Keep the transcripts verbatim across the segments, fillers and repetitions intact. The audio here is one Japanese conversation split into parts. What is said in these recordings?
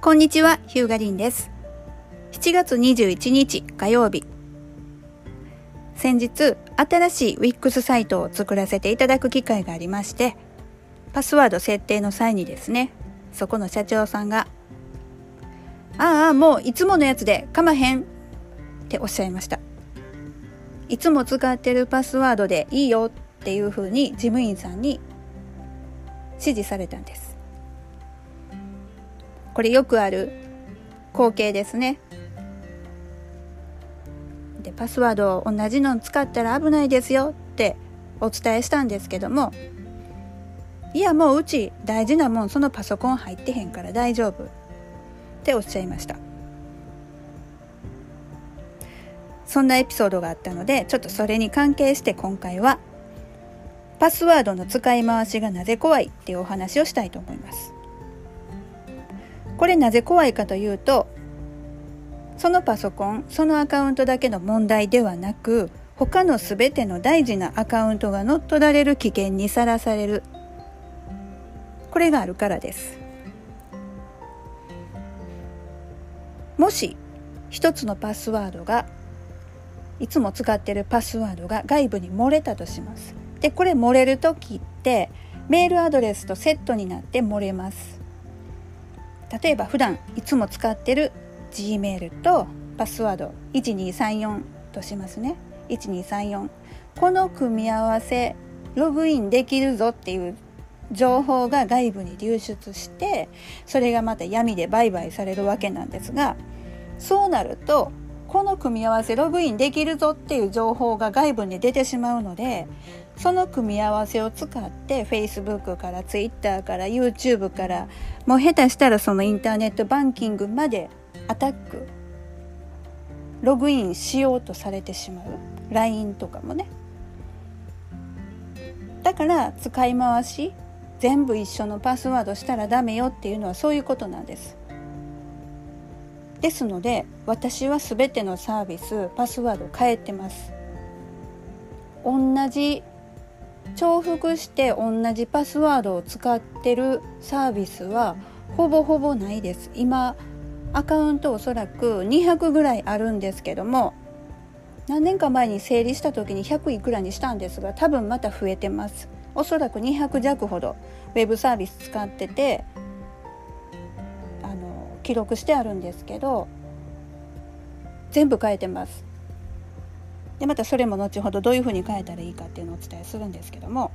こんにちは、ヒューガリンです。しちがつにじゅういちにち火曜日、先日新しい ウィックス サイトを作らせていただく機会がありまして、パスワード設定の際にですね、そこの社長さんがああもういつものやつでかまへんっておっしゃいました。いつも使ってるパスワードでいいよっていうふうに事務員さんに指示されたんです。これよくある光景ですね。で、パスワードを同じの使ったら危ないですよってお伝えしたんですけども、いやもううち大事なもんそのパソコン入ってへんから大丈夫っておっしゃいました。そんなエピソードがあったので、ちょっとそれに関係して今回はパスワードの使い回しがなぜ怖いっていうお話をしたいと思います。これなぜ怖いかというと、そのパソコン、そのアカウントだけの問題ではなく、他のすべての大事なアカウントが乗っ取られる危険にさらされる、これがあるからです。もし一つのパスワードが、いつも使っているパスワードが外部に漏れたとします。で、これ漏れるときってメールアドレスとセットになって漏れます。例えば普段いつも使ってる Gmail とパスワードいちにさんよんとしますね。いちにさんよん、この組み合わせログインできるぞっていう情報が外部に流出して、それがまた闇で売買されるわけなんですが、そうなるとこの組み合わせログインできるぞっていう情報が外部に出てしまうので、その組み合わせを使って Facebook から Twitter から YouTube から、もう下手したらそのインターネットバンキングまでアタック、ログインしようとされてしまう。 ライン とかもね。だから使い回し全部一緒のパスワードしたらダメよっていうのはそういうことなんです。ですので私はすべてのサービスパスワードを変えてます。同じ重複して同じパスワードを使ってるサービスはほぼほぼないです。今アカウントおそらくにひゃくぐらいあるんですけども、何年か前に整理した時にひゃくいくらにしたんですが、多分また増えてます。おそらくにひゃくじゃくほどウェブサービス使っててあの記録してあるんですけど、全部変えてます。でまたそれも後ほどどういうふうに変えたらいいかっていうのをお伝えするんですけども、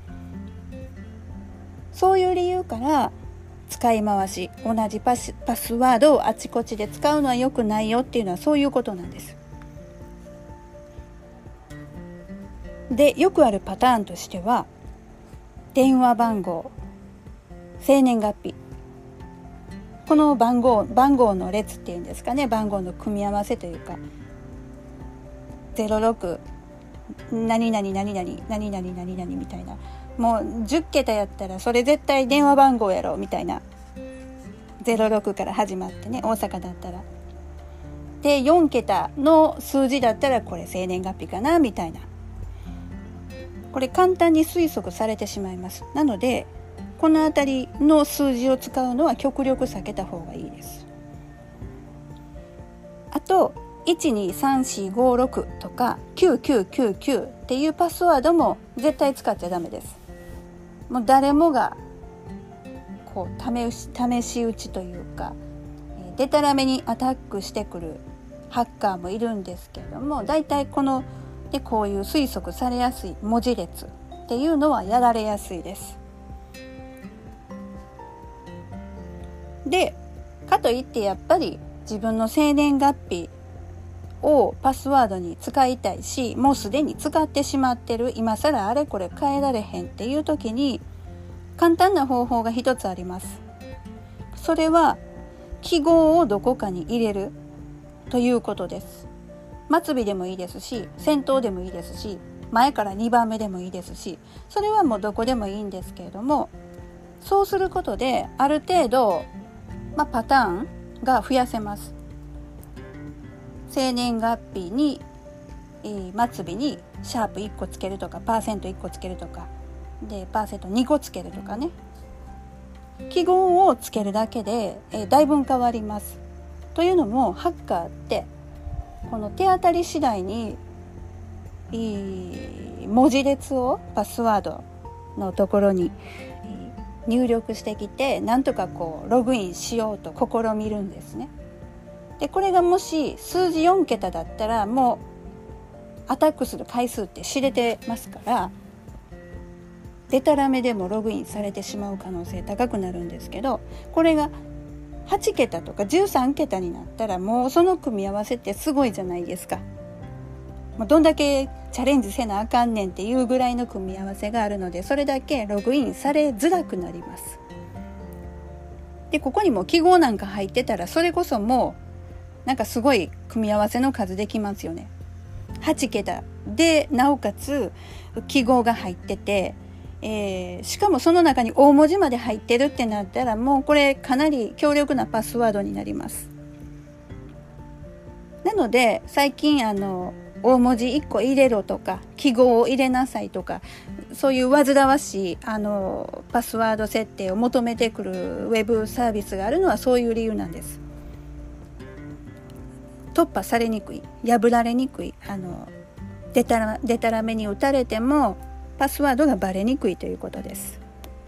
そういう理由から使い回し、同じパス、パスワードをあちこちで使うのは良くないよっていうのはそういうことなんです。で、よくあるパターンとしては、電話番号、生年月日、この番号番号の列っていうんですかね、番号の組み合わせというか、ゼロろく何々何々何々何々みたいな、もうじゅっけたやったらそれ絶対電話番号やろみたいな、ゼロろくから始まってね、大阪だったらでよんけたの数字だったらこれ生年月日かなみたいな、これ簡単に推測されてしまいます。なのでこのあたりの数字を使うのは極力避けた方がいいです。あといちにさんしごろくとかきゅうきゅうきゅうきゅうっていうパスワードも絶対使っちゃダメです。もう誰もがこう試し、試し打ちというか、でたらめにアタックしてくるハッカーもいるんですけれども、だいたいこのでこういう推測されやすい文字列っていうのはやられやすいです。でかといってやっぱり自分の生年月日をパスワードに使いたいし、もうすでに使ってしまってる、今更あれこれ変えられへんっていう時に簡単な方法が一つあります。それは記号をどこかに入れるということです。末尾でもいいですし、先頭でもいいですし、前からにばんめでもいいですし、それはもうどこでもいいんですけれども、そうすることである程度、まあ、パターンが増やせます。生年月日に、えー、末尾にシャープいっこつけるとか、パーセントいっこつけるとかでパーセントにこつけるとかね、 記号をつけるだけで、えー、だいぶ変わります。というのもハッカーってこの手当たり次第にいい文字列をパスワードのところに入力してきて、なんとかこうログインしようと試みるんですね。でこれがもし数字よん桁だったらもうアタックする回数って知れてますから、デタラメでもログインされてしまう可能性高くなるんですけど、これがはち桁とかじゅうさん桁になったらもうその組み合わせってすごいじゃないですか。もうどんだけチャレンジせなあかんねんっていうぐらいの組み合わせがあるので、それだけログインされづらくなります。でここにも記号なんか入ってたら、それこそもうなんかすごい組み合わせの数できますよね。はち桁でなおかつ記号が入ってて、えー、しかもその中に大文字まで入ってるってなったら、もうこれかなり強力なパスワードになります。なので最近あの大文字いっこ入れろとか記号を入れなさいとか、そういう煩わしいあのパスワード設定を求めてくるウェブサービスがあるのはそういう理由なんです。突破されにくい、破られにくい、あのデタラ、デタラメに打たれてもパスワードがバレにくいということです。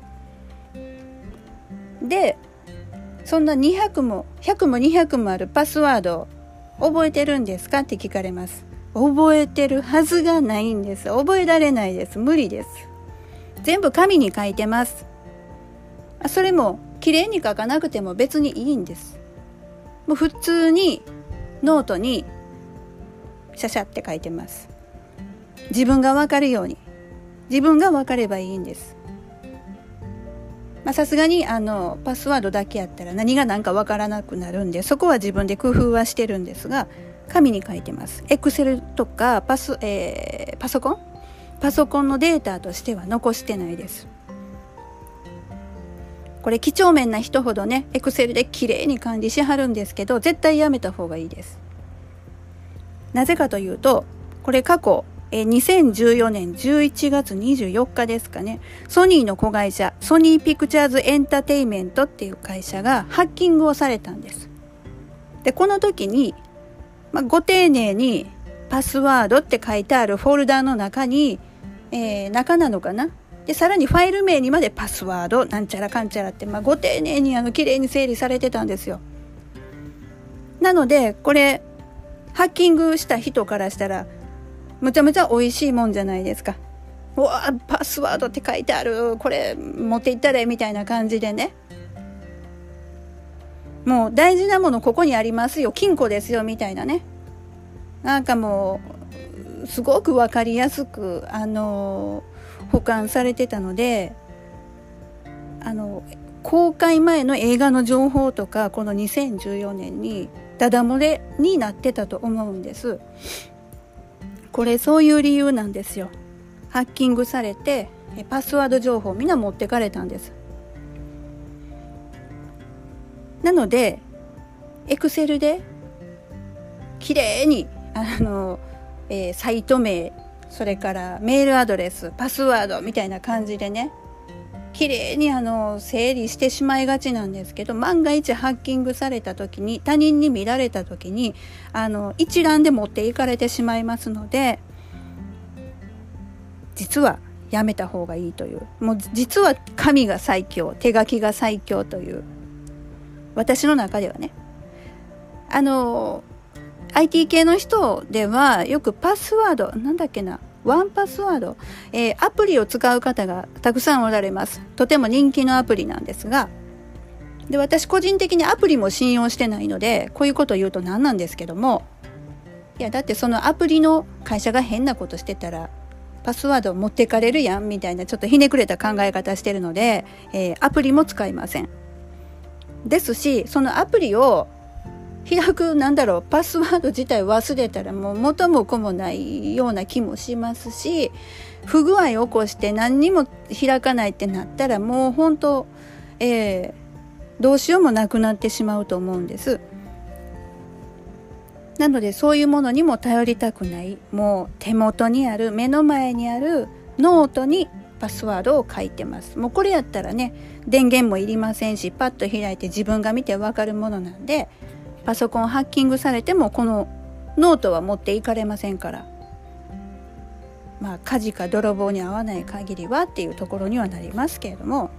でそんなにひゃくもひゃくもにひゃくもあるパスワードを覚えてるんですかって聞かれます。覚えてるはずがないんです。覚えられないです。無理です。全部紙に書いてます。それもきれいに書かなくても別にいいんです。もう普通にノートにシャシャって書いてます。自分が分かるように、自分が分かればいいんです。まあさすがにあのパスワードだけやったら何が何か分からなくなるんで、そこは自分で工夫はしてるんですが、紙に書いてます。エクセルとかパス、えー、パソコンパソコンのデータとしては残してないです。これ几帳面な人ほどね、エクセルできれいに管理しはるんですけど、絶対やめた方がいいです。なぜかというと、これ過去えにせんじゅうよねんじゅういちがつにじゅうよっかですかね、ソニーの子会社ソニーピクチャーズエンターテイメントっていう会社がハッキングをされたんです。でこの時に、まあ、ご丁寧にパスワードって書いてあるフォルダの中に、えー、中なのかな、でさらにファイル名にまでパスワードなんちゃらかんちゃらって、まあ、ご丁寧にあの綺麗に整理されてたんですよ。なのでこれハッキングした人からしたらむちゃむちゃ美味しいもんじゃないですか。うわパスワードって書いてある、これ持っていったれみたいな感じでね、もう大事なものここにありますよ、金庫ですよみたいなね、なんかもうすごく分かりやすくあの保管されてたので、あの公開前の映画の情報とかこのにせんじゅうよねんにダダ漏れになってたと思うんです。これそういう理由なんですよ。ハッキングされてパスワード情報みんな持ってかれたんです。なのでエクセルできれいにあの、えー、サイト名、それからメールアドレス、パスワードみたいな感じでね、きれいにあの整理してしまいがちなんですけど、万が一ハッキングされた時に、他人に見られた時にあの一覧で持っていかれてしまいますので、実はやめた方がいいという、もう実は紙が最強、手書きが最強という、私の中ではね、あの アイティー 系の人ではよくパスワードなんだっけな、ワンパスワード、えー、アプリを使う方がたくさんおられます。とても人気のアプリなんですが、で私個人的にアプリも信用してないのでこういうことを言うとなんなんですけども、いやだってそのアプリの会社が変なことしてたらパスワードを持ってかれるやんみたいな、ちょっとひねくれた考え方してるので、えー、アプリも使いません。ですし、そのアプリを開くなんだろうパスワード自体忘れたらもう元も子もないような気もしますし、不具合を起こして何にも開かないってなったらもう本当、えー、どうしようもなくなってしまうと思うんです。なのでそういうものにも頼りたくない、もう手元にある目の前にあるノートにパスワードを書いてます。もうこれやったらね、電源もいりませんし、パッと開いて自分が見てわかるものなんで、パソコンハッキングされてもこのノートは持っていかれませんから、まあ火事か泥棒に遭わない限りはっていうところにはなりますけれども、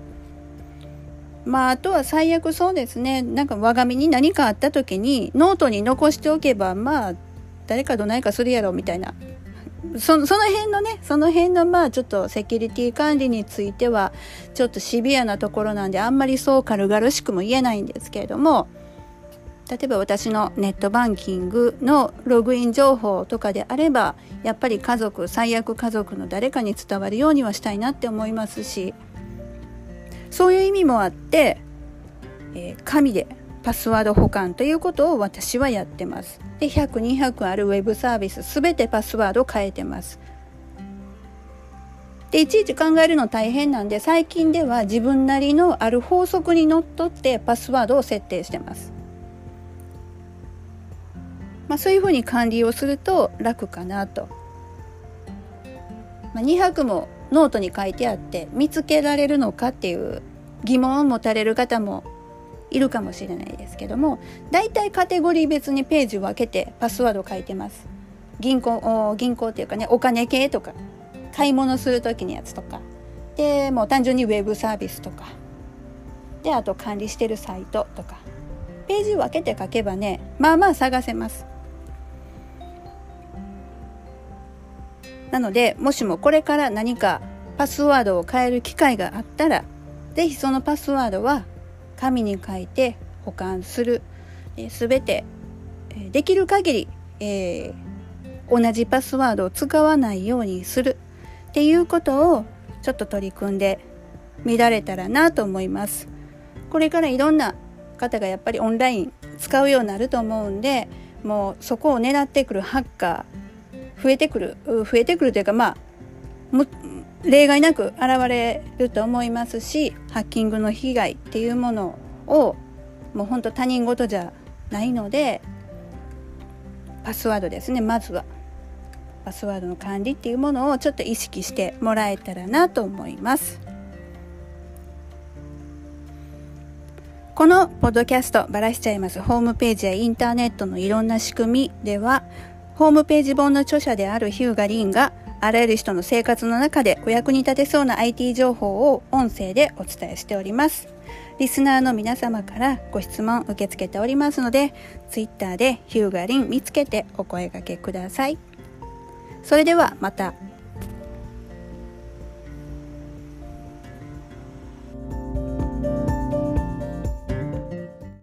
まああとは最悪そうですね、なんか我が身に何かあった時にノートに残しておけば、まあ誰かどないかするやろみたいな、そ, その辺のねその辺のまあちょっとセキュリティ管理についてはちょっとシビアなところなんで、あんまりそう軽々しくも言えないんですけれども、例えば私のネットバンキングのログイン情報とかであれば、やっぱり家族最悪家族の誰かに伝わるようにはしたいなって思いますし、そういう意味もあって、えー、紙でパスワード保管ということを私はやってます。でひゃく、にひゃくあるウェブサービスすべてパスワードを変えてます。でいちいち考えるの大変なんで、最近では自分なりのある法則にのっとってパスワードを設定してます。まあ、そういうふうに管理をすると楽かなと。まあ、にひゃくもノートに書いてあって見つけられるのかっていう疑問を持たれる方もいるかもしれないですけども、だいたいカテゴリー別にページを分けてパスワードを書いてます。銀行銀行っていうかね、お金系とか買い物する時のやつとかで、もう単純にウェブサービスとかで、あと管理してるサイトとか、ページを分けて書けばね、まあまあ探せます。なのでもしもこれから何かパスワードを変える機会があったら、ぜひそのパスワードは紙に書いて保管する。すべてできる限り、えー、同じパスワードを使わないようにするっていうことをちょっと取り組んでみられたらなと思います。これからいろんな方がやっぱりオンライン使うようになると思うんで、もうそこを狙ってくるハッカー増えてくる増えてくるというか、まあ例外なく現れると思いますし、ハッキングの被害っていうものをもう本当他人事じゃないので、パスワードですね、まずはパスワードの管理っていうものをちょっと意識してもらえたらなと思います。このポッドキャストバラしちゃいますホームページやインターネットのいろんな仕組みでは、ホームページ本の著者であるヒューガリンがあらゆる人の生活の中でお役に立てそうな アイティー 情報を音声でお伝えしております。リスナーの皆様からご質問受け付けておりますので、ツイッターでヒューガリン見つけてお声掛けください。それではまた。